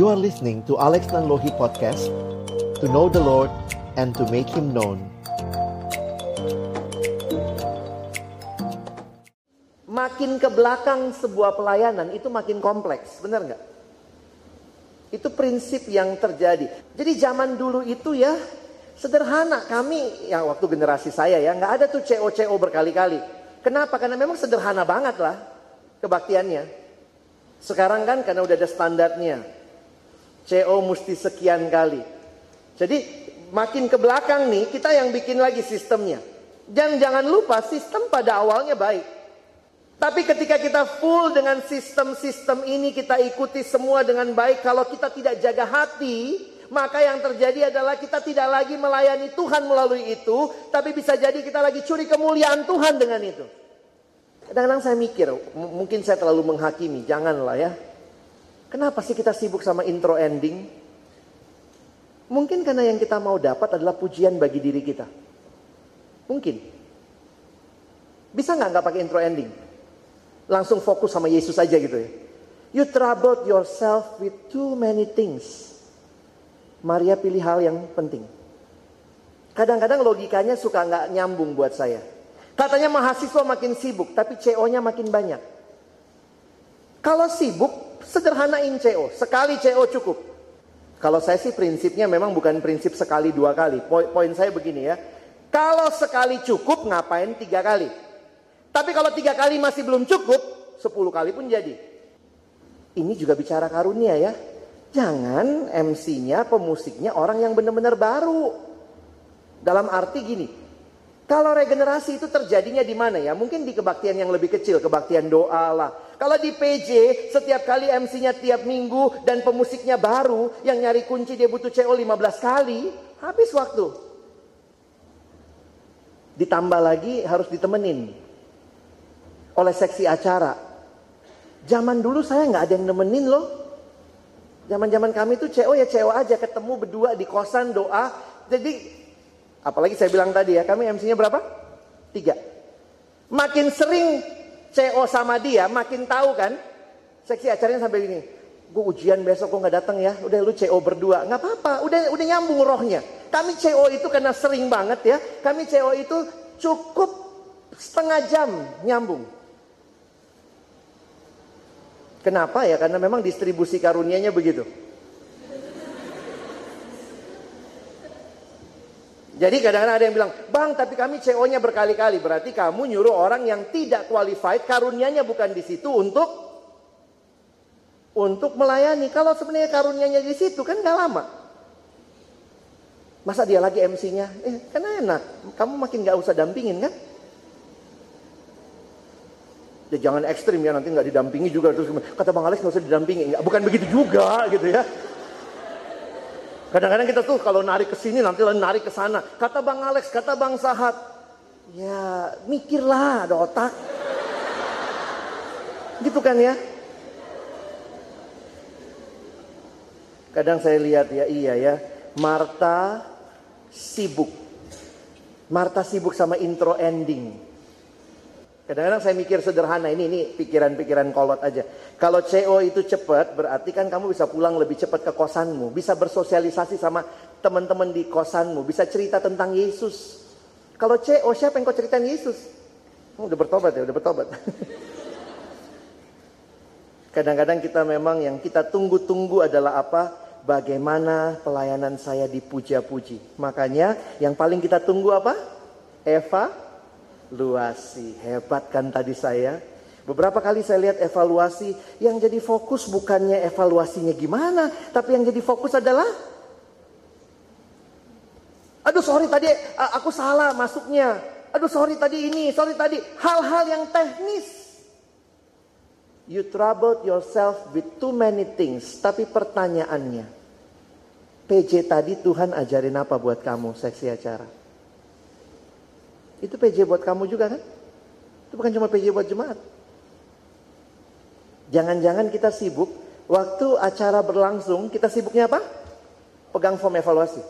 You are listening to Alex Nanlohi Podcast, to know the Lord and to make Him known. Makin ke belakang sebuah pelayanan itu makin kompleks, benar nggak? Itu prinsip yang terjadi. Jadi zaman dulu itu ya sederhana. Kami, ya waktu generasi saya ya, nggak ada tuh CO berkali-kali. Kenapa? Karena memang sederhana banget lah kebaktiannya. Sekarang kan karena udah ada standarnya. CO mesti sekian kali. Jadi makin ke belakang nih, kita yang bikin lagi sistemnya. Dan jangan lupa sistem pada awalnya baik. Tapi ketika kita full dengan sistem-sistem ini, kita ikuti semua dengan baik. Kalau kita tidak jaga hati, maka yang terjadi adalah kita tidak lagi melayani Tuhan melalui itu. Tapi bisa jadi kita lagi curi kemuliaan Tuhan dengan itu. Kadang-kadang saya mikir, mungkin saya terlalu menghakimi. Janganlah ya. Kenapa sih kita sibuk sama intro ending? Mungkin karena yang kita mau dapat adalah pujian bagi diri kita. Mungkin. Bisa nggak pakai intro ending? Langsung fokus sama Yesus aja gitu ya. You troubled yourself with too many things. Maria pilih hal yang penting. Kadang-kadang logikanya suka nggak nyambung buat saya. Katanya mahasiswa makin sibuk, tapi CO-nya makin banyak. Kalau sibuk, sederhanain CO. Sekali CO cukup. Kalau saya sih prinsipnya memang bukan prinsip sekali dua kali. Poin saya begini ya. Kalau sekali cukup, ngapain 3 kali? Tapi kalau 3 kali masih belum cukup, 10 kali pun jadi. Ini juga bicara karunia ya. Jangan MC-nya, pemusiknya orang yang benar-benar baru. Dalam arti gini, kalau regenerasi itu terjadinya di mana ya? Mungkin di kebaktian yang lebih kecil, kebaktian doa lah. Kalau di PJ, setiap kali MC-nya tiap minggu dan pemusiknya baru, yang nyari kunci dia butuh CO 15 kali, habis waktu. Ditambah lagi harus ditemenin oleh seksi acara. Zaman dulu saya nggak ada yang nemenin loh. Zaman-zaman kami tuh CO ya CO aja, ketemu berdua di kosan doa. Jadi apalagi saya bilang tadi ya, kami MC-nya berapa? 3. Makin sering CO sama dia, makin tahu kan. Seksi acaranya sampai gini, gue ujian besok gue nggak datang ya. Udah lu CO berdua, nggak apa-apa. Udah nyambung rohnya. Kami CO itu karena sering banget ya. Kami CO itu cukup setengah jam nyambung. Kenapa ya? Karena memang distribusi karunianya begitu. Jadi kadang-kadang ada yang bilang, bang tapi kami CO-nya berkali-kali. Berarti kamu nyuruh orang yang tidak qualified, karunianya bukan di situ untuk melayani. Kalau sebenarnya karunianya di situ kan gak lama. Masa dia lagi MC-nya? Kan enak, kamu makin gak usah dampingin kan? Ya jangan ekstrim ya, nanti nggak didampingi juga. Terus kata Bang Alex nggak usah didampingi. Nggak, bukan begitu juga gitu ya. Kadang-kadang kita tuh kalau narik ke sini nanti narik ke sana. Kata Bang Alex, kata Bang Sahat. Ya mikirlah, ada otak. Gitu kan ya. Kadang saya lihat ya, iya ya. Marta sibuk. Marta sibuk sama intro ending. Kadang-kadang saya mikir sederhana, ini pikiran-pikiran kolot aja. Kalau CO itu cepat, berarti kan kamu bisa pulang lebih cepat ke kosanmu. Bisa bersosialisasi sama teman-teman di kosanmu. Bisa cerita tentang Yesus. Kalau CO, siapa yang kau ceritain Yesus? Udah bertobat ya, udah bertobat. Kadang-kadang kita memang yang kita tunggu-tunggu adalah apa? Bagaimana pelayanan saya dipuja-puji. Makanya yang paling kita tunggu apa? Evaluasi. Hebat kan tadi saya. Beberapa kali saya lihat evaluasi, yang jadi fokus bukannya evaluasinya gimana, tapi yang jadi fokus adalah, aduh sorry tadi aku salah masuknya, aduh sorry tadi ini, sorry tadi, hal-hal yang teknis. You troubled yourself with too many things. Tapi pertanyaannya, PJ tadi Tuhan ajarin apa buat kamu seksi acara? Itu PJ buat kamu juga kan? Itu bukan cuma PJ buat jemaat. Jangan-jangan kita sibuk, waktu acara berlangsung, kita sibuknya apa? Pegang form evaluasi.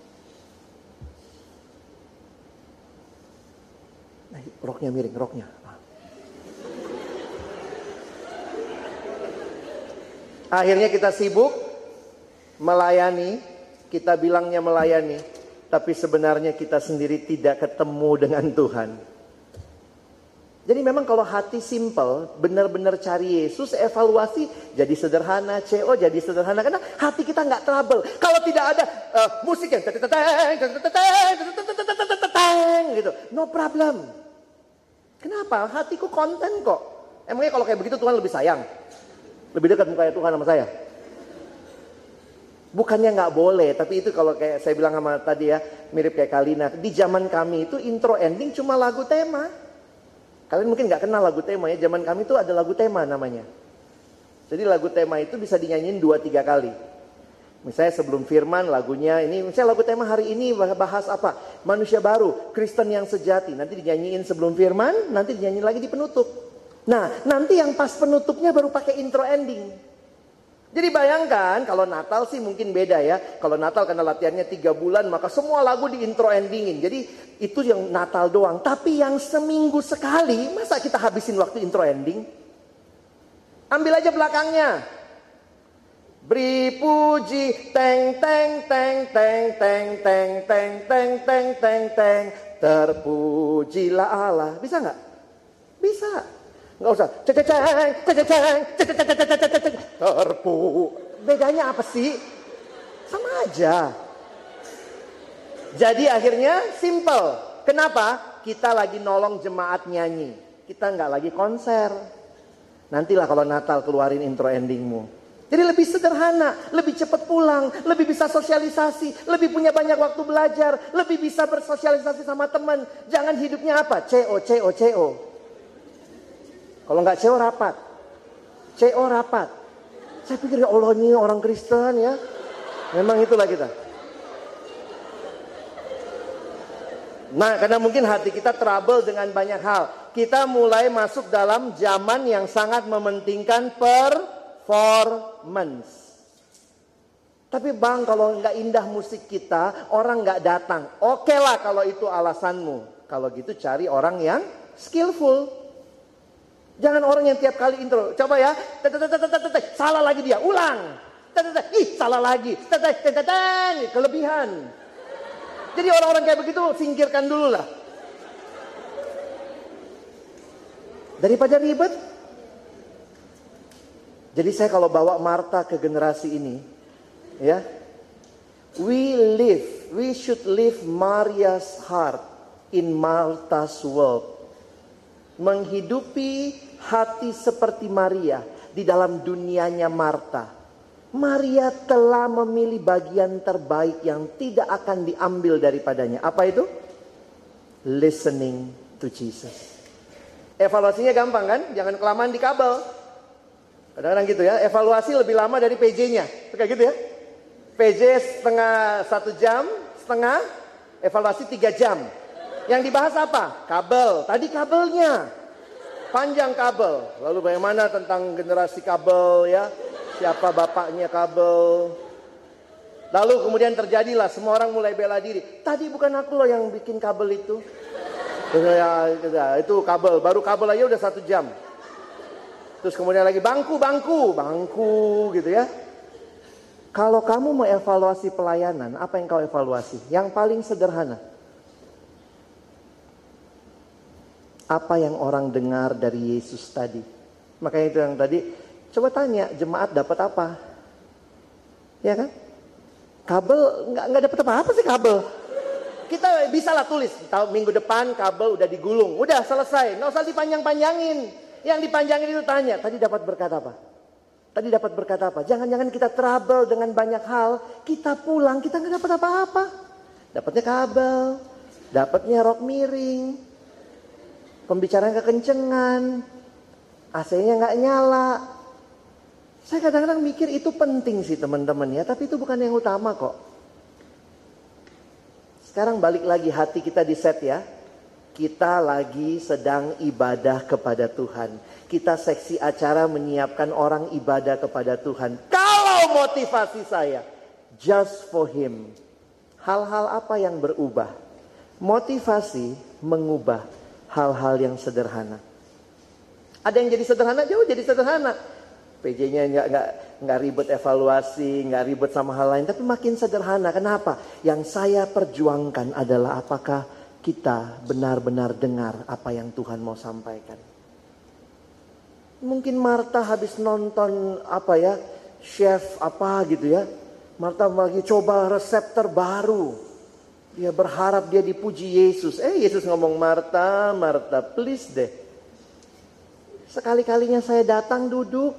Nah, roknya miring, roknya. Akhirnya kita sibuk melayani, kita bilangnya melayani, tapi sebenarnya kita sendiri tidak ketemu dengan Tuhan. Jadi memang kalau hati simple, benar-benar cari Yesus, evaluasi jadi sederhana, CO jadi sederhana. Karena hati kita nggak trouble. Kalau tidak ada musik yang gitu, no problem. Kenapa? Hatiku konten kok. Emangnya kalau kayak begitu Tuhan lebih sayang? Lebih dekat mukanya Tuhan sama saya? Bukannya nggak boleh, tapi itu kalau kayak saya bilang sama tadi ya, mirip kayak Kalina. Di zaman kami itu intro ending cuma lagu tema. Kalian mungkin nggak kenal lagu tema ya, zaman kami itu ada lagu tema namanya. Jadi lagu tema itu bisa dinyanyiin 2-3 kali. Misalnya sebelum firman lagunya ini, misalnya lagu tema hari ini bahas apa? Manusia baru, Kristen yang sejati. Nanti dinyanyiin sebelum firman, nanti dinyanyiin lagi di penutup. Nah, nanti yang pas penutupnya baru pakai intro ending. Jadi bayangkan kalau Natal sih mungkin beda ya. Kalau Natal karena latihannya 3 bulan maka semua lagu di intro endingin. Jadi itu yang Natal doang. Tapi yang seminggu sekali masa kita habisin waktu intro ending? Ambil aja belakangnya. Beri puji teng teng teng teng teng teng teng teng teng teng teng. Terpujilah Allah. Bisa nggak? Bisa. Nggak usah. Bedanya apa sih? Sama aja. Jadi akhirnya simple. Kenapa? Kita lagi nolong jemaat nyanyi. Kita nggak lagi konser. Nantilah kalau Natal keluarin intro endingmu. Jadi lebih sederhana, lebih cepat pulang, lebih bisa sosialisasi, lebih punya banyak waktu belajar, lebih bisa bersosialisasi sama teman. Jangan hidupnya apa? CO. Kalau nggak CO rapat. CO rapat. Saya pikir ya Allah ini orang Kristen ya. Memang itulah kita. Nah karena mungkin hati kita trouble dengan banyak hal. Kita mulai masuk dalam zaman yang sangat mementingkan performance. Tapi bang kalau nggak indah musik kita, orang nggak datang. Oke lah kalau itu alasanmu. Kalau gitu cari orang yang skillful. Jangan orang yang tiap kali intro. Coba ya. Salah lagi dia. Ulang. Ih salah lagi. Kelebihan. Jadi orang-orang kayak begitu singkirkan dulu lah. Daripada ribet. Jadi saya kalau bawa Marta ke generasi ini. Ya. We should live Maria's heart in Martha's world. Menghidupi hati seperti Maria di dalam dunianya Marta. Maria telah memilih bagian terbaik yang tidak akan diambil daripadanya. Apa itu? Listening to Jesus. Evaluasinya gampang kan? Jangan kelamaan di kabel. Kadang-kadang gitu ya. Evaluasi lebih lama dari PJ-nya. Kayak gitu ya. PJ setengah 1 jam, setengah. Evaluasi 3 jam. Yang dibahas apa? Kabel. Tadi kabelnya. Panjang kabel. Lalu bagaimana tentang generasi kabel ya. Siapa bapaknya kabel. Lalu kemudian terjadilah semua orang mulai bela diri. Tadi bukan aku loh yang bikin kabel itu. Ya, itu kabel. Baru kabel aja udah 1 jam. Terus kemudian lagi bangku gitu ya. Kalau kamu mau evaluasi pelayanan, apa yang kau evaluasi? Yang paling sederhana. Apa yang orang dengar dari Yesus tadi? Makanya itu yang tadi, coba tanya jemaat dapat apa? Ya kan? Kabel nggak dapat apa-apa sih kabel. Kita bisa lah tulis, minggu depan kabel udah digulung, udah selesai, nggak usah dipanjang-panjangin. Yang dipanjangin itu tanya, tadi dapat berkat apa? Tadi dapat berkat apa? Jangan-jangan kita trouble dengan banyak hal, kita pulang kita nggak dapat apa-apa. Dapatnya kabel, dapatnya rok miring. Pembicaraan kekencengan, AC-nya nggak nyala. Saya kadang-kadang mikir itu penting sih teman-teman ya, tapi itu bukan yang utama kok. Sekarang balik lagi hati kita di set ya. Kita lagi sedang ibadah kepada Tuhan. Kita seksi acara menyiapkan orang ibadah kepada Tuhan. Kalau motivasi saya, just for Him. Hal-hal apa yang berubah? Motivasi mengubah hal-hal yang sederhana. Ada yang jadi sederhana, jauh jadi sederhana. PJ-nya nggak ribet evaluasi, nggak ribet sama hal lain, tapi makin sederhana. Kenapa? Yang saya perjuangkan adalah apakah kita benar-benar dengar apa yang Tuhan mau sampaikan. Mungkin Marta habis nonton chef apa gitu ya. Marta lagi coba resep terbaru. Dia berharap dia dipuji Yesus. Yesus ngomong, Marta, Marta, please deh. Sekali-kalinya saya datang duduk.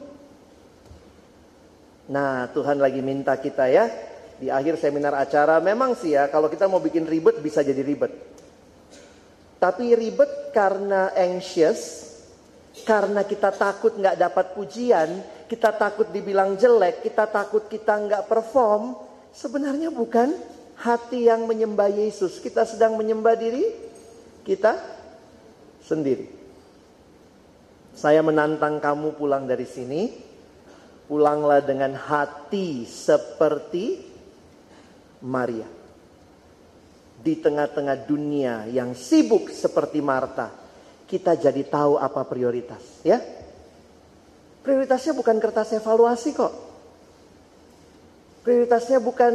Nah, Tuhan lagi minta kita ya. Di akhir seminar acara, memang sih ya, kalau kita mau bikin ribet bisa jadi ribet. Tapi ribet karena anxious, karena kita takut gak dapat pujian, kita takut dibilang jelek, kita takut kita gak perform. Sebenarnya bukan hati yang menyembah Yesus. Kita sedang menyembah diri kita sendiri. Saya menantang kamu pulang dari sini. Pulanglah dengan hati seperti Maria. Di tengah-tengah dunia yang sibuk seperti Marta, kita jadi tahu apa prioritas, ya. Prioritasnya bukan kertas evaluasi kok. Prioritasnya bukan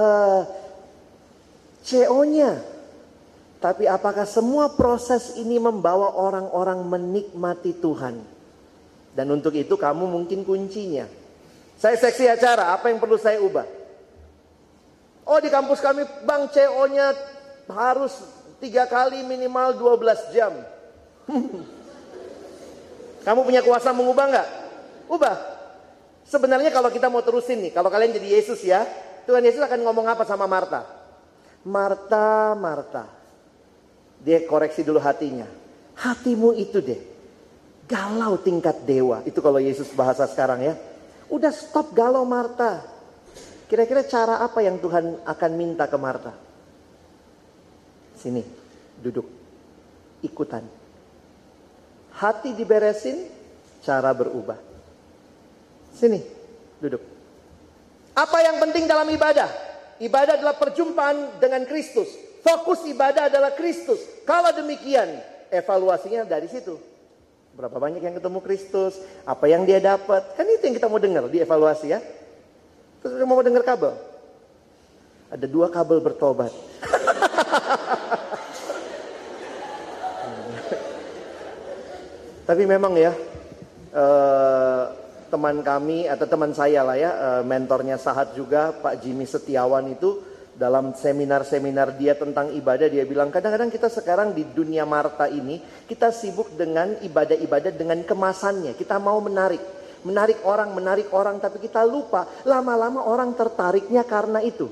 CO-nya. Tapi apakah semua proses ini membawa orang-orang menikmati Tuhan? Dan untuk itu kamu mungkin kuncinya. Saya seksi acara, apa yang perlu saya ubah? Oh, di kampus kami, Bang, CO-nya harus 3 kali minimal 12 jam. Kamu punya kuasa mengubah nggak? Ubah. Sebenarnya kalau kita mau terusin nih, kalau kalian jadi Yesus ya, Tuhan Yesus akan ngomong apa sama Marta? Marta, Marta. Dia koreksi dulu hatinya. Hatimu itu deh, galau tingkat dewa. Itu kalau Yesus bahasa sekarang ya. Udah stop galau Marta. Kira-kira cara apa yang Tuhan akan minta ke Marta? Sini, duduk. Ikutan. Hati diberesin, cara berubah. Sini, duduk. Apa yang penting dalam ibadah? Ibadah adalah perjumpaan dengan Kristus. Fokus ibadah adalah Kristus. Kalau demikian, evaluasinya dari situ. Berapa banyak yang ketemu Kristus? Apa yang dia dapat? Kan itu yang kita mau dengar di evaluasi ya. Terus kita mau dengar kabel. Ada 2 kabel bertobat. Tapi memang ya, teman kami atau teman saya lah ya, mentornya Sahat juga, Pak Jimmy Setiawan itu dalam seminar-seminar dia tentang ibadah, dia bilang kadang-kadang kita sekarang di dunia Marta ini, kita sibuk dengan ibadah-ibadah dengan kemasannya. Kita mau menarik orang, tapi kita lupa lama-lama orang tertariknya karena itu.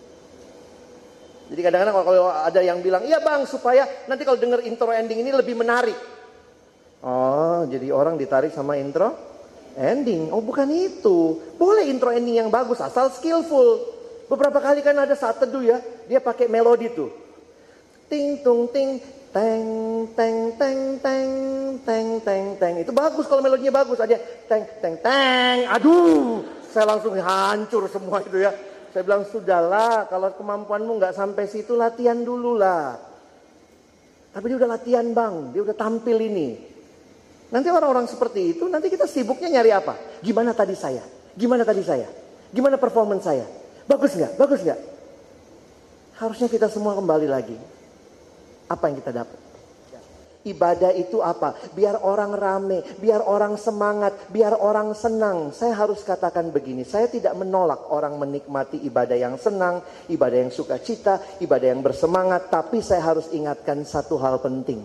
Jadi kadang-kadang kalau ada yang bilang, iya bang, supaya nanti kalau denger intro ending ini lebih menarik. Oh, jadi orang ditarik sama intro ending. Oh, bukan itu. Boleh intro ending yang bagus asal skillful. Beberapa kali kan ada saat teduh ya, dia pakai melodi tuh. Ting tung ting teng teng teng teng teng teng teng. Itu bagus kalau melodinya bagus. Ada teng teng teng. Aduh, saya langsung hancur semua itu ya. Saya bilang sudahlah, kalau kemampuanmu nggak sampai situ latihan dulu lah. Tapi dia udah latihan bang, dia udah tampil ini. Nanti orang-orang seperti itu, nanti kita sibuknya nyari apa? Gimana tadi saya? Gimana performance saya? Bagus nggak? Harusnya kita semua kembali lagi. Apa yang kita dapat? Ibadah itu apa? Biar orang rame, biar orang semangat, biar orang senang. Saya harus katakan begini, saya tidak menolak orang menikmati ibadah yang senang, ibadah yang sukacita, ibadah yang bersemangat. Tapi saya harus ingatkan satu hal penting.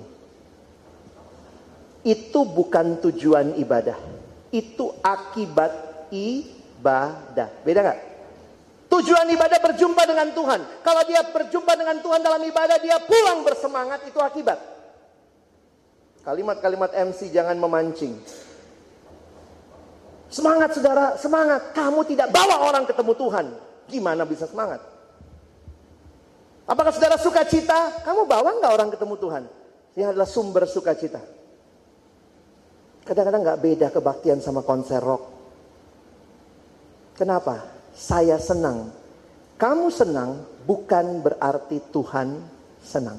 Itu bukan tujuan ibadah. Itu akibat ibadah. Beda gak? Tujuan ibadah berjumpa dengan Tuhan. Kalau dia berjumpa dengan Tuhan dalam ibadah, dia pulang bersemangat, itu akibat. Kalimat-kalimat MC jangan memancing. Semangat saudara, semangat. Kamu tidak bawa orang ketemu Tuhan. Gimana bisa semangat? Apakah saudara sukacita? Kamu bawa gak orang ketemu Tuhan? Yang adalah sumber sukacita. Kadang-kadang gak beda kebaktian sama konser rock. Kenapa? Saya senang. Kamu senang bukan berarti Tuhan senang.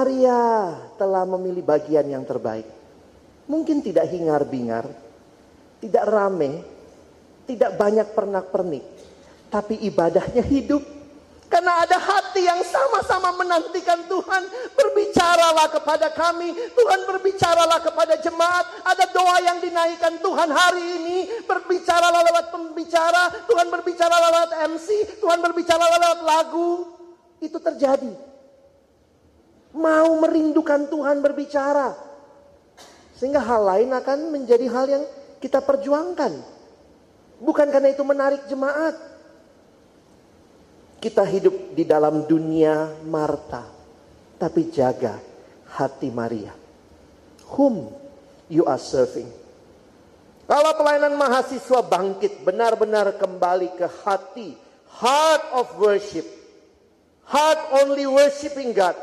Maria telah memilih bagian yang terbaik. Mungkin tidak hingar-bingar. tidak rame, tidak banyak pernak-pernik, tapi ibadahnya hidup. Karena ada hati yang sama-sama menantikan Tuhan. Berbicaralah kepada kami, Tuhan berbicaralah kepada jemaat. Ada doa yang dinaikkan Tuhan hari ini. Berbicaralah lewat pembicara, Tuhan berbicara lewat MC, Tuhan berbicara lewat lagu. Itu terjadi. Mau merindukan Tuhan berbicara, sehingga hal lain akan menjadi hal yang kita perjuangkan. Bukan karena itu menarik jemaat. Kita hidup di dalam dunia Marta, tapi jaga hati Maria. Whom you are serving. Kalau pelayanan mahasiswa bangkit, benar-benar kembali ke hati, heart of worship, heart only worshiping God,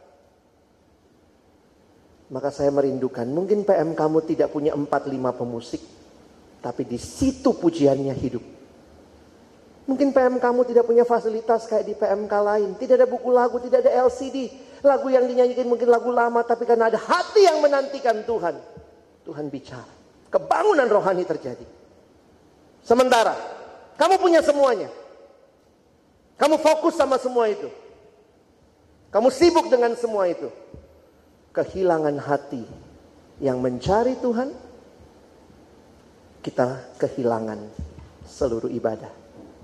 maka saya merindukan, mungkin PM kamu tidak punya 4-5 pemusik, tapi di situ pujiannya hidup. Mungkin PM kamu tidak punya fasilitas kayak di PMK lain. Tidak ada buku lagu, tidak ada LCD. Lagu yang dinyanyikan mungkin lagu lama, tapi karena ada hati yang menantikan Tuhan, Tuhan bicara. Kebangunan rohani terjadi. Sementara kamu punya semuanya, kamu fokus sama semua itu, kamu sibuk dengan semua itu, kehilangan hati yang mencari Tuhan, kita kehilangan seluruh ibadah.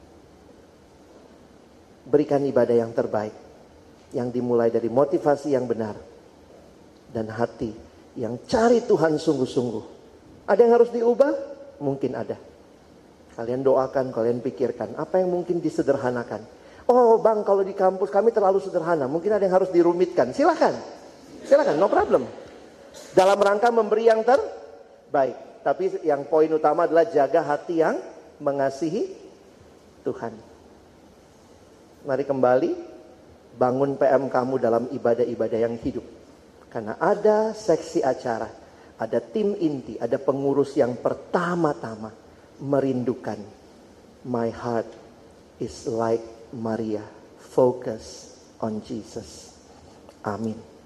Berikan ibadah yang terbaik, yang dimulai dari motivasi yang benar dan hati yang cari Tuhan sungguh-sungguh. Ada yang harus diubah? Mungkin ada. Kalian doakan, kalian pikirkan apa yang mungkin disederhanakan. Oh bang, kalau di kampus kami terlalu sederhana, mungkin ada yang harus dirumitkan. Silakan, no problem. Dalam rangka memberi yang terbaik. Tapi yang poin utama adalah jaga hati yang mengasihi Tuhan. Mari kembali, bangun PM kamu dalam ibadah-ibadah yang hidup. Karena ada seksi acara, ada tim inti, ada pengurus yang pertama-tama merindukan. My heart is like Maria, focus on Jesus. Amin.